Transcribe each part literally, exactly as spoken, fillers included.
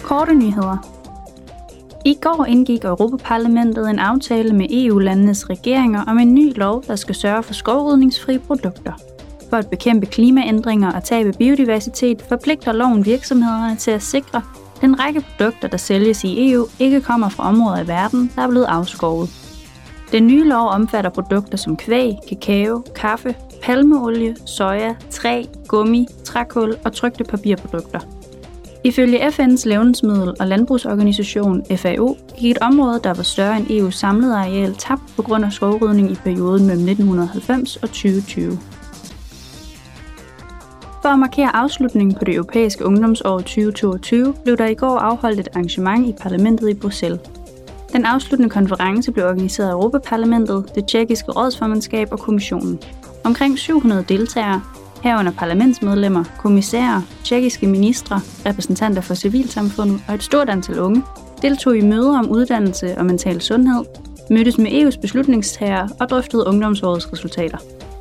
Korte nyheder. I går indgik Europa-Parlamentet en aftale med E U-landenes regeringer om en ny lov, der skal sørge for skovrydningsfri produkter. For at bekæmpe klimaændringer og tab af biodiversitet forpligter loven virksomhederne til at sikre, at en række produkter, der sælges i E U, ikke kommer fra områder i verden, der er blevet afskovet. Den nye lov omfatter produkter som kvæg, kakao, kaffe, palmeolie, soja, træ, gummi, trækul og trykte papirprodukter. Ifølge F N's levnedsmiddel- og landbrugsorganisation F A O gik et område, der var større end E U's samlede areal, tabt på grund af skovrydning i perioden mellem nitten halvfems og tyve tyve. For at markere afslutningen på det europæiske ungdomsår tyve toogtyve blev der i går afholdt et arrangement i parlamentet i Bruxelles. Den afsluttende konference blev organiseret af Europa-Parlamentet, det tjekkiske rådsformandskab og kommissionen. Omkring syv hundrede deltagere, herunder parlamentsmedlemmer, kommissærer, tjekkiske ministre, repræsentanter for civilsamfundet og et stort antal unge, deltog i møder om uddannelse og mental sundhed, mødtes med E U's beslutningstagere og drøftede ungdomsårets resultater.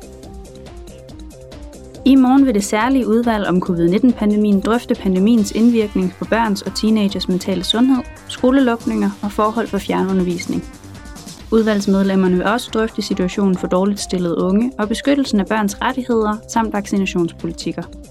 I morgen vil det særlige udvalg om covid nitten-pandemien drøfte pandemiens indvirkning på børns og teenagers mentale sundhed, skolelukninger og forhold for fjernundervisning. Udvalgsmedlemmerne vil også drøfte situationen for dårligt stillede unge og beskyttelsen af børns rettigheder samt vaccinationspolitikker.